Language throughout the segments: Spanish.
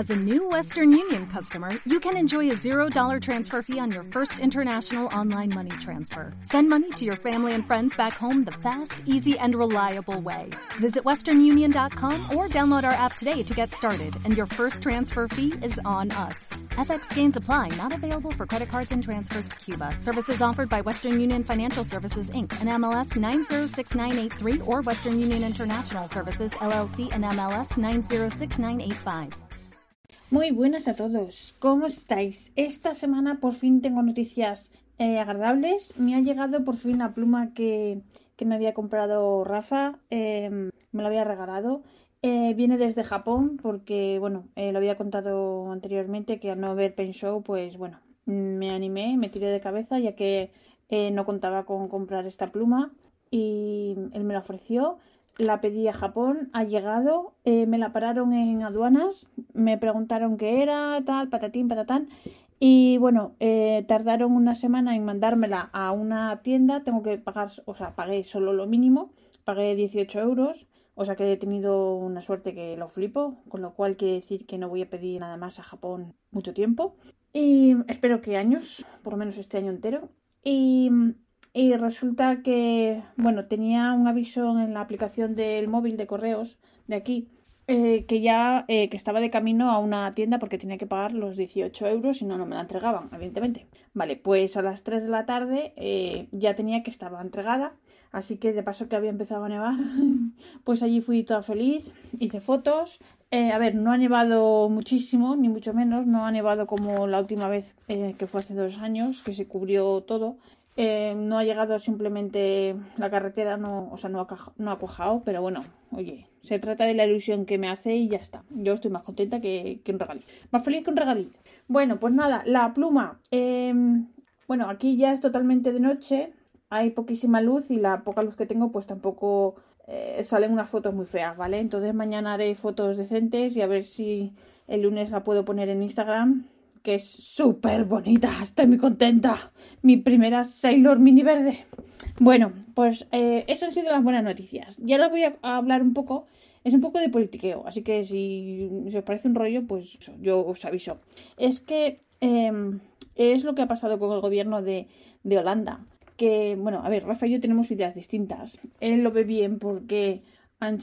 As a new Western Union customer, you can enjoy a $0 transfer fee on your first international online money transfer. Send money to your family and friends back home the fast, easy, and reliable way. Visit westernunion.com or download our app today to get started, and your first transfer fee is on us. FX gains apply, not available for credit cards and transfers to Cuba. Services offered by Western Union Financial Services, Inc., and MLS 906983, or Western Union International Services, LLC, and MLS 906985. Muy buenas a todos, ¿cómo estáis? Esta semana por fin tengo noticias agradables. Me ha llegado por fin la pluma que me había comprado Rafa, me la había regalado. Viene desde Japón porque, bueno, lo había contado anteriormente que al no ver Pen Show, pues bueno, me animé, me tiré de cabeza ya que no contaba con comprar esta pluma y él me la ofreció. La pedí a Japón, ha llegado, me la pararon en aduanas, me preguntaron qué era, tal, patatín, patatán. Y bueno, tardaron una semana en mandármela a una tienda, tengo que pagar, o sea, pagué solo lo mínimo, pagué 18 euros, o sea que he tenido una suerte que lo flipo, con lo cual quiere decir que no voy a pedir nada más a Japón mucho tiempo. Y espero que años, por lo menos este año entero. Y resulta que, bueno, tenía un aviso en la aplicación del móvil de correos de aquí que estaba de camino a una tienda porque tenía que pagar los 18 euros y no me la entregaban, evidentemente. Vale, pues a las 3 de la tarde ya tenía que estaba entregada, así que de paso que había empezado a nevar, pues allí fui toda feliz, hice fotos. A ver, no ha nevado muchísimo, ni mucho menos, no ha nevado como la última vez que fue hace 2 años, que se cubrió todo. No ha llegado simplemente la carretera, no ha cuajado, pero bueno, oye, se trata de la ilusión que me hace y ya está. Yo estoy más contenta que un regalito. Más feliz que un regalito. Bueno, pues nada, la pluma. Bueno, aquí ya es totalmente de noche, hay poquísima luz y la poca luz que tengo pues tampoco salen unas fotos muy feas, ¿vale? Entonces mañana haré fotos decentes y a ver si el lunes la puedo poner en Instagram, que es súper bonita, estoy muy contenta. Mi primera Sailor Mini verde. Bueno, pues eso han sido las buenas noticias. Y ahora voy a hablar un poco, es un poco de politiqueo, así que si os parece un rollo, pues yo os aviso. Es que es lo que ha pasado con el gobierno de Holanda. Que, bueno, a ver, Rafa y yo tenemos ideas distintas. Él lo ve bien porque han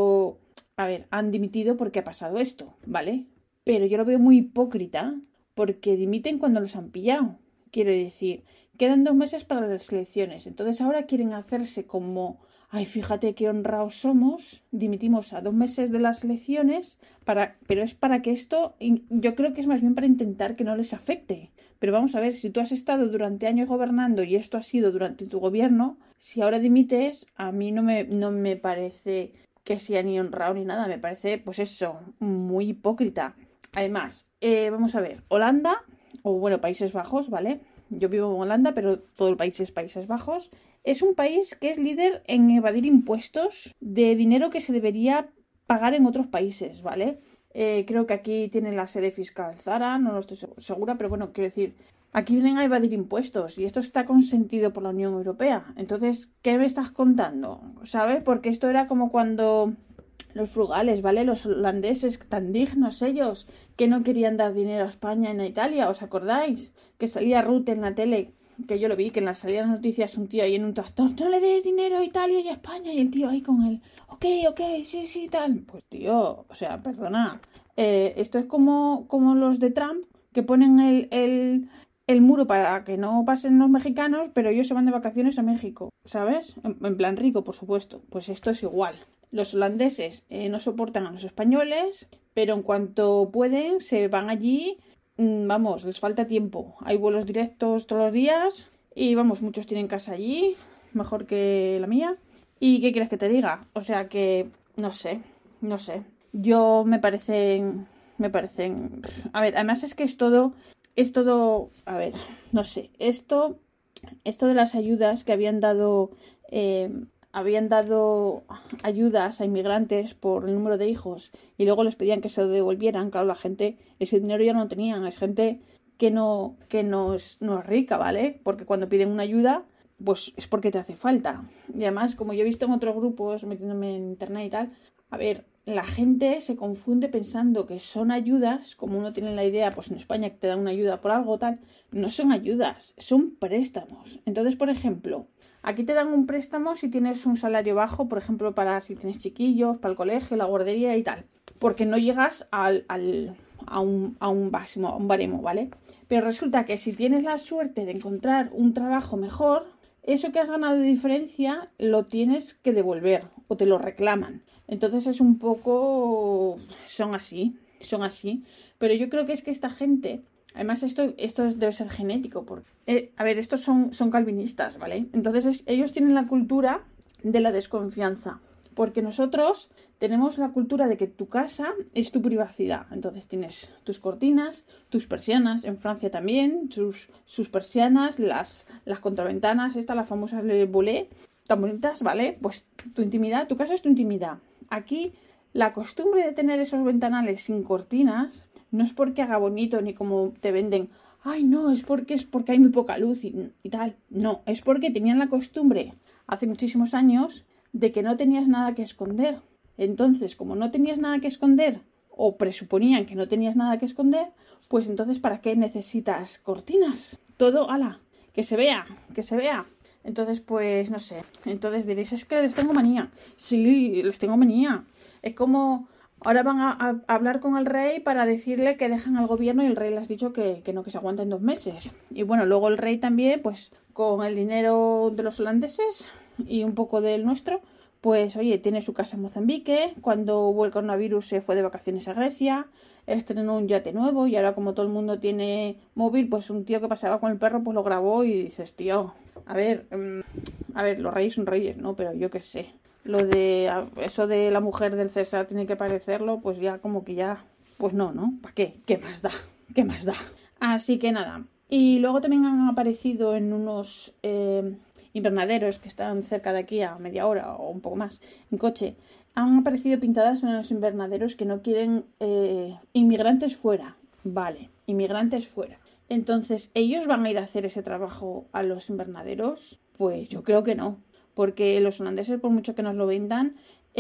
dimitido porque ha pasado esto, ¿vale? Pero yo lo veo muy hipócrita porque dimiten cuando los han pillado. Quiero decir, quedan 2 meses para las elecciones. Entonces ahora quieren hacerse como, ay, fíjate qué honrados somos, dimitimos a 2 meses de las elecciones, pero es para que esto, yo creo que es más bien para intentar que no les afecte. Pero vamos a ver, si tú has estado durante años gobernando y esto ha sido durante tu gobierno, si ahora dimites, a mí no me parece que sea ni honrado ni nada, me parece, pues eso, muy hipócrita. Además, vamos a ver, Holanda, o bueno, Países Bajos, ¿vale? Yo vivo en Holanda, pero todo el país es Países Bajos. Es un país que es líder en evadir impuestos de dinero que se debería pagar en otros países, ¿vale? Creo que aquí tiene la sede fiscal Zara, no lo estoy segura, pero bueno, quiero decir, aquí vienen a evadir impuestos y esto está consentido por la Unión Europea. Entonces, ¿qué me estás contando? ¿Sabes? Porque esto era como cuando los frugales, ¿vale? Los holandeses, tan dignos ellos, que no querían dar dinero a España y a Italia, ¿os acordáis? Que salía Rutte en la tele, que yo lo vi, que en las salidas noticias un tío ahí en un tractor, no le des dinero a Italia y a España, y el tío ahí con él, ok, sí, tal. Pues tío, o sea, perdona, esto es como los de Trump, que ponen el muro para que no pasen los mexicanos, pero ellos se van de vacaciones a México, ¿sabes? En plan rico, por supuesto. Pues esto es igual. Los holandeses no soportan a los españoles, pero en cuanto pueden se van allí, vamos, les falta tiempo. Hay vuelos directos todos los días y vamos, muchos tienen casa allí, mejor que la mía. ¿Y qué quieres que te diga? O sea que, no sé. Yo me parecen, a ver, además es que es todo, a ver, no sé, esto de las ayudas que habían dado ayudas a inmigrantes por el número de hijos y luego les pedían que se lo devolvieran. Claro, la gente ese dinero ya no tenían, es gente que no es rica, ¿vale? Porque cuando piden una ayuda, pues es porque te hace falta. Y además, como yo he visto en otros grupos, metiéndome en internet y tal, a ver, la gente se confunde pensando que son ayudas, como uno tiene la idea, pues en España que te dan una ayuda por algo tal, no son ayudas, son préstamos. Entonces, por ejemplo, aquí te dan un préstamo si tienes un salario bajo, por ejemplo, para si tienes chiquillos, para el colegio, la guardería y tal, porque no llegas a un máximo, a un baremo, ¿vale? Pero resulta que si tienes la suerte de encontrar un trabajo mejor, eso que has ganado de diferencia lo tienes que devolver o te lo reclaman. Entonces es un poco... son así. Pero yo creo que es que esta gente... Además, esto debe ser genético. Porque, estos son calvinistas, ¿vale? Entonces ellos tienen la cultura de la desconfianza. Porque nosotros tenemos la cultura de que tu casa es tu privacidad. Entonces tienes tus cortinas, tus persianas, en Francia también, sus persianas, las contraventanas, las famosas Le Volet, tan bonitas, ¿vale? Pues tu intimidad, tu casa es tu intimidad. Aquí la costumbre de tener esos ventanales sin cortinas no es porque haga bonito ni como te venden. Ay, no, es porque hay muy poca luz y tal. No, es porque tenían la costumbre hace muchísimos años de que no tenías nada que esconder. Entonces, como no tenías nada que esconder, o presuponían que no tenías nada que esconder, pues entonces, ¿para qué necesitas cortinas? Todo, ala, que se vea. Entonces, pues, no sé. Entonces diréis, es que les tengo manía. Sí, les tengo manía. Es como... Ahora van a hablar con el rey para decirle que dejan al gobierno y el rey les ha dicho que no, que se aguanten 2 meses. Y bueno, luego el rey también, pues con el dinero de los holandeses y un poco del nuestro, pues oye, tiene su casa en Mozambique, cuando hubo el coronavirus se fue de vacaciones a Grecia, estrenó un yate nuevo y ahora como todo el mundo tiene móvil, pues un tío que paseaba con el perro pues lo grabó y dices, tío, a ver, los reyes son reyes, ¿no? Pero yo qué sé. Lo de eso de la mujer del César tiene que parecerlo, pues ya como que ya, pues no, ¿para qué? ¿Qué más da? Así que nada. Y luego también han aparecido en unos invernaderos que están cerca de aquí a media hora o un poco más en coche. Han aparecido pintadas en los invernaderos que no quieren inmigrantes fuera. Vale, inmigrantes fuera. Entonces, ¿ellos van a ir a hacer ese trabajo a los invernaderos? Pues yo creo que no. Porque los holandeses, por mucho que nos lo vendan,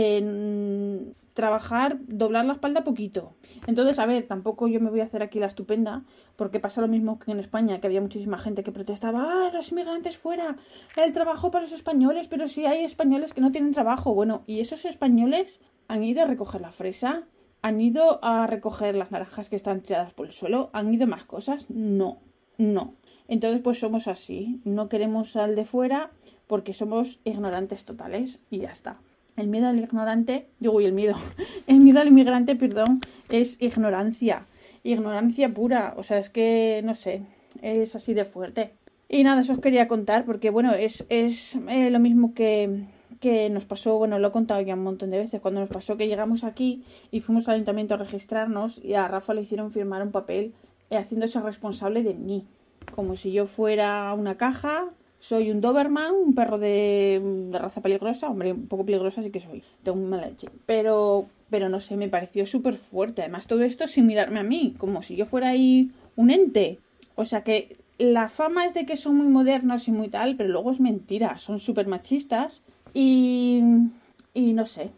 trabajar, doblar la espalda poquito. Entonces, a ver, tampoco yo me voy a hacer aquí la estupenda, porque pasa lo mismo que en España, que había muchísima gente que protestaba, los inmigrantes fuera, el trabajo para los españoles, pero sí hay españoles que no tienen trabajo. Bueno, ¿y esos españoles han ido a recoger la fresa? ¿Han ido a recoger las naranjas que están tiradas por el suelo? ¿Han ido más cosas? No. Entonces, pues somos así. No queremos al de fuera porque somos ignorantes totales y ya está. El miedo al ignorante, el miedo al inmigrante, es ignorancia pura. O sea, es que, no sé, es así de fuerte. Y nada, eso os quería contar porque, bueno, es lo mismo que nos pasó, bueno, lo he contado ya un montón de veces, cuando nos pasó que llegamos aquí y fuimos al ayuntamiento a registrarnos y a Rafa le hicieron firmar un papel haciéndose responsable de mí. Como si yo fuera una caja. Soy un Doberman, un perro de raza peligrosa. Hombre, un poco peligrosa sí que soy. Tengo muy mala leche. Pero no sé, me pareció súper fuerte. Además, todo esto sin mirarme a mí. Como si yo fuera ahí un ente. O sea que la fama es de que son muy modernos y muy tal, pero luego es mentira. Son súper machistas. Y no sé,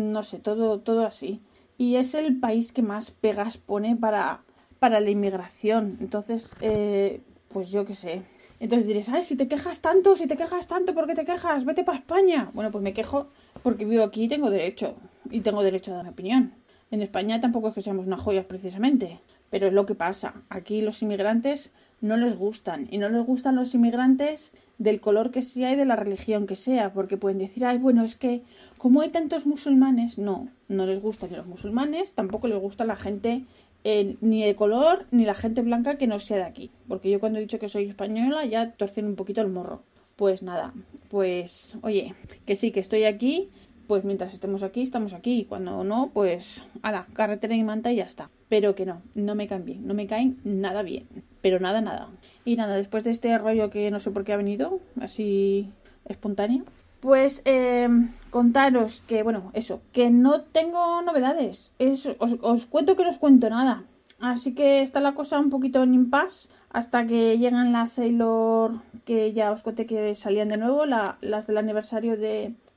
todo así. Y es el país que más pegas pone para la inmigración. Entonces, pues yo qué sé. Entonces diréis, ay, si te quejas tanto, ¿por qué te quejas? Vete para España. Bueno, pues me quejo porque vivo aquí y tengo derecho. Y tengo derecho a dar mi opinión. En España tampoco es que seamos unas joyas precisamente. Pero es lo que pasa. Aquí los inmigrantes no les gustan. Y no les gustan los inmigrantes del color que sea y de la religión que sea. Porque pueden decir, ay, bueno, es que como hay tantos musulmanes, no les gustan ni los musulmanes, tampoco les gusta la gente ni de color ni la gente blanca que no sea de aquí. Porque yo cuando he dicho que soy española ya torcen un poquito el morro. Pues nada, pues oye, que sí, que estoy aquí, pues mientras estemos aquí, estamos aquí. Y cuando no, pues a la carretera y manta y ya está. Pero que no me caen bien, no me caen nada bien. Pero nada. Y nada, después de este rollo que no sé por qué ha venido, así espontáneo, pues contaros que, bueno, eso, que no tengo novedades. Os cuento que no os cuento nada. Así que está la cosa un poquito en impasse hasta que llegan las Sailor, que ya os conté que salían de nuevo, las del aniversario de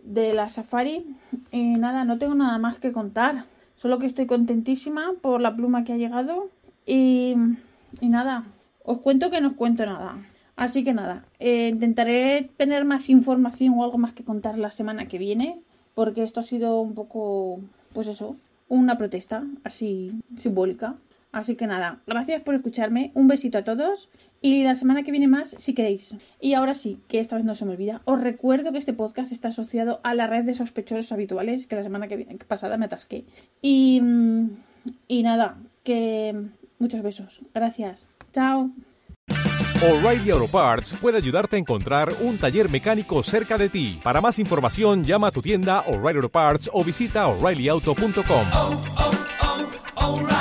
de la Safari. Y nada, no tengo nada más que contar. Solo que estoy contentísima por la pluma que ha llegado. Y nada, os cuento que no os cuento nada. Así que nada, intentaré tener más información o algo más que contar la semana que viene. Porque esto ha sido un poco, pues eso, una protesta así simbólica. Así que nada, gracias por escucharme, un besito a todos y la semana que viene más si queréis. Y ahora sí, que esta vez no se me olvida, os recuerdo que este podcast está asociado a la red de sospechosos habituales, que la semana pasada me atasqué. Y nada, que muchos besos, gracias, chao. O'Reilly Auto Parts puede ayudarte a encontrar un taller mecánico cerca de ti. Para más información, llama a tu tienda O'Reilly Auto Parts o visita O'ReillyAuto.com.